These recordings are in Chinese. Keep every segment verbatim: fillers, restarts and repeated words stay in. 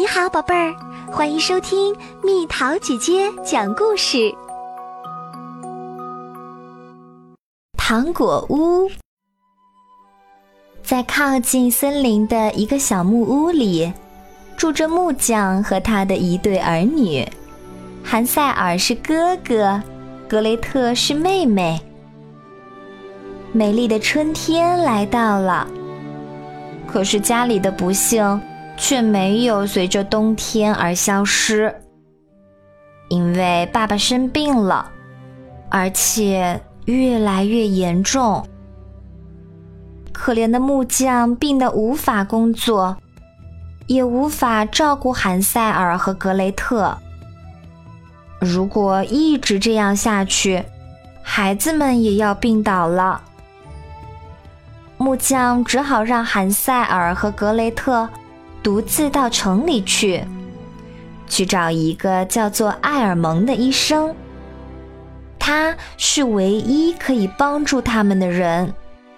好，宝贝儿，欢迎收听蜜桃姐姐讲故事。糖果屋。在靠近森林的一个小木屋里，住着木匠和他的一对儿女。韩塞尔是哥哥，格雷特是妹妹。美丽的春天来到了，可是家里的不幸却没有随着冬天而消失，因为爸爸生病了，而且越来越严重。可怜的木匠病得无法工作，也无法照顾韩塞尔和格雷特。如果一直这样下去，孩子们也要病倒了。木匠只好让韩塞尔和格雷特独自到城里去，去找一个叫做艾尔蒙的医生。他是唯一可以帮助他们的人。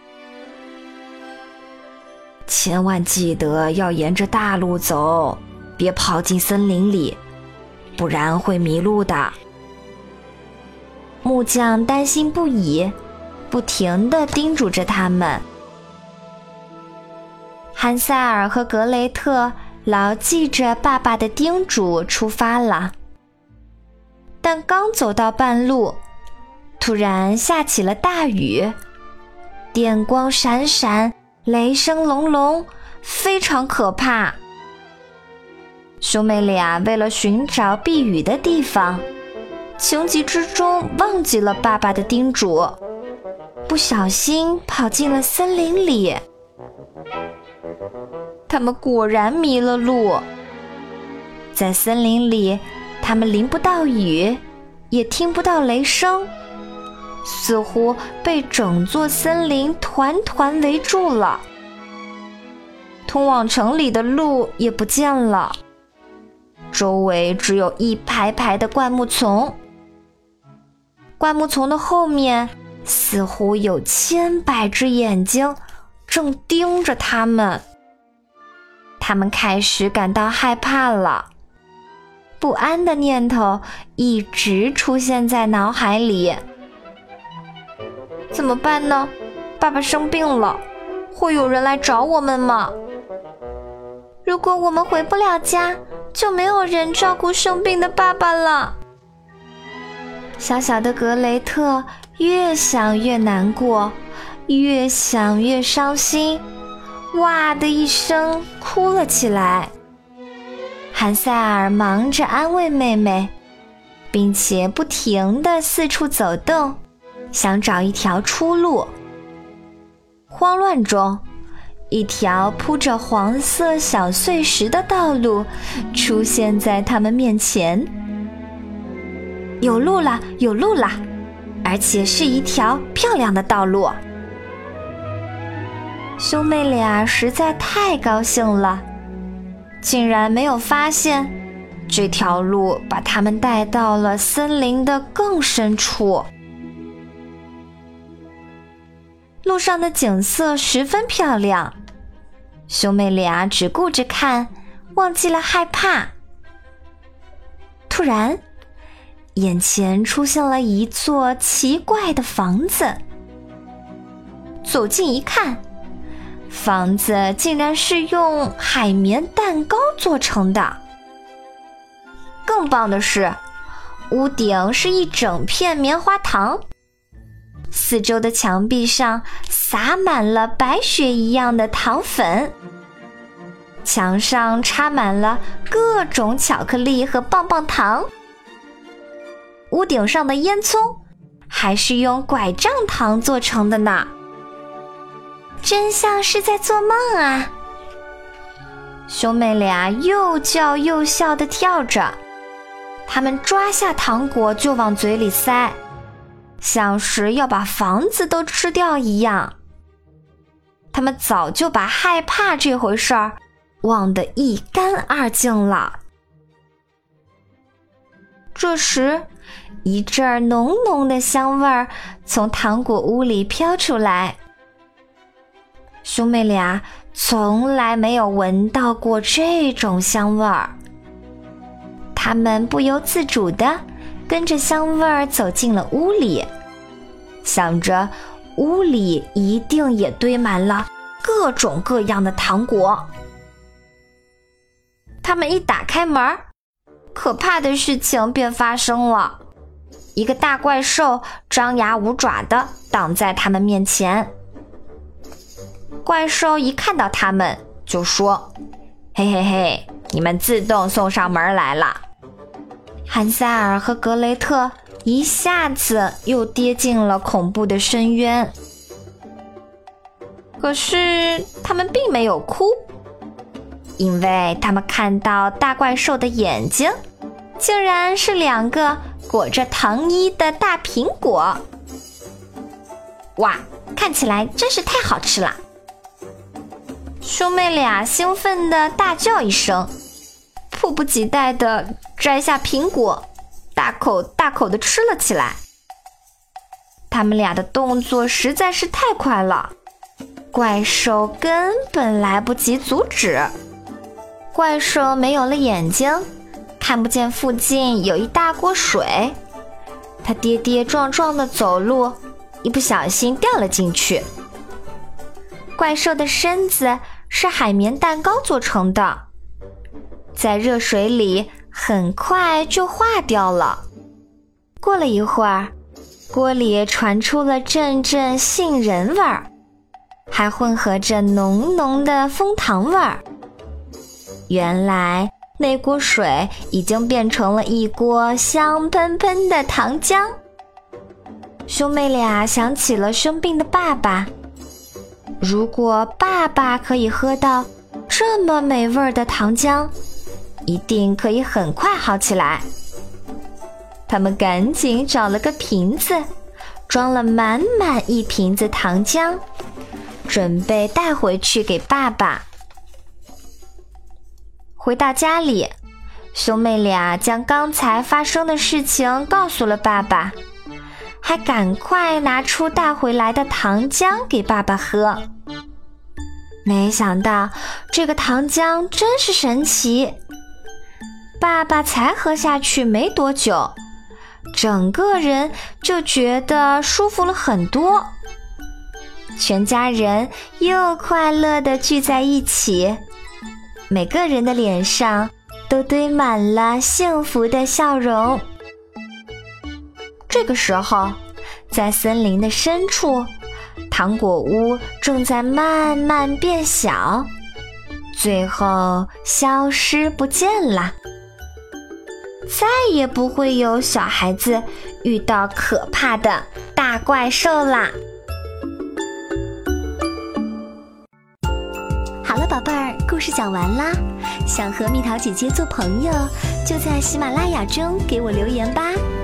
千万记得要沿着大路走，别跑进森林里，不然会迷路的。木匠担心不已，不停地叮嘱着他们。韩塞尔和格雷特牢记着爸爸的叮嘱出发了，但刚走到半路，突然下起了大雨，电光闪闪，雷声隆隆，非常可怕。兄妹俩为了寻找避雨的地方，情急之中忘记了爸爸的叮嘱，不小心跑进了森林里。他们果然迷了路。在森林里，他们淋不到雨，也听不到雷声，似乎被整座森林团团围住了。通往城里的路也不见了，周围只有一排排的灌木丛。灌木丛的后面，似乎有千百只眼睛正盯着他们。他们开始感到害怕了，不安的念头一直出现在脑海里。怎么办呢？爸爸生病了，会有人来找我们吗？如果我们回不了家，就没有人照顾生病的爸爸了。小小的格雷特越想越难过，越想越伤心，哇的一声哭了起来。韩塞尔忙着安慰妹妹，并且不停地四处走动，想找一条出路。慌乱中，一条铺着黄色小碎石的道路出现在他们面前。有路了，有路了，而且是一条漂亮的道路。兄妹俩实在太高兴了，竟然没有发现这条路把他们带到了森林的更深处。路上的景色十分漂亮，兄妹俩只顾着看，忘记了害怕。突然，眼前出现了一座奇怪的房子。走近一看，房子竟然是用海绵蛋糕做成的。更棒的是，屋顶是一整片棉花糖，四周的墙壁上洒满了白雪一样的糖粉，墙上插满了各种巧克力和棒棒糖。屋顶上的烟囱还是用拐杖糖做成的呢，真像是在做梦啊！兄妹俩又叫又笑地跳着，他们抓下糖果就往嘴里塞，像是要把房子都吃掉一样。他们早就把害怕这回事儿忘得一干二净了。这时，一阵浓浓的香味儿从糖果屋里飘出来。兄妹俩从来没有闻到过这种香味儿。 他们不由自主地跟着香味儿走进了屋里，想着屋里一定也堆满了各种各样的糖果。他们一打开门，可怕的事情便发生了。一个大怪兽张牙舞爪地挡在他们面前。怪兽一看到他们就说：嘿嘿嘿，你们自动送上门来了。汉塞尔和格雷特一下子又跌进了恐怖的深渊。可是他们并没有哭，因为他们看到大怪兽的眼睛竟然是两个裹着糖衣的大苹果。哇，看起来真是太好吃了！兄妹俩兴奋地大叫一声，迫不及待地摘下苹果，大口大口地吃了起来。他们俩的动作实在是太快了，怪兽根本来不及阻止。怪兽没有了眼睛，看不见附近有一大锅水，他跌跌撞撞地走路，一不小心掉了进去。怪兽的身子是海绵蛋糕做成的，在热水里很快就化掉了。过了一会儿，锅里传出了阵阵杏仁味儿，还混合着浓浓的枫糖味儿。原来那锅水已经变成了一锅香喷喷的糖浆。兄妹俩想起了生病的爸爸，如果爸爸可以喝到这么美味的糖浆，一定可以很快好起来。他们赶紧找了个瓶子，装了满满一瓶子糖浆，准备带回去给爸爸。回到家里，兄妹俩将刚才发生的事情告诉了爸爸，还赶快拿出带回来的糖浆给爸爸喝。没想到这个糖浆真是神奇，爸爸才喝下去没多久，整个人就觉得舒服了很多。全家人又快乐地聚在一起，每个人的脸上都堆满了幸福的笑容。这个时候，在森林的深处，糖果屋正在慢慢变小，最后消失不见了。再也不会有小孩子遇到可怕的大怪兽啦。 好了，宝贝儿，故事讲完啦。想和蜜桃姐姐做朋友，就在喜马拉雅中给我留言吧。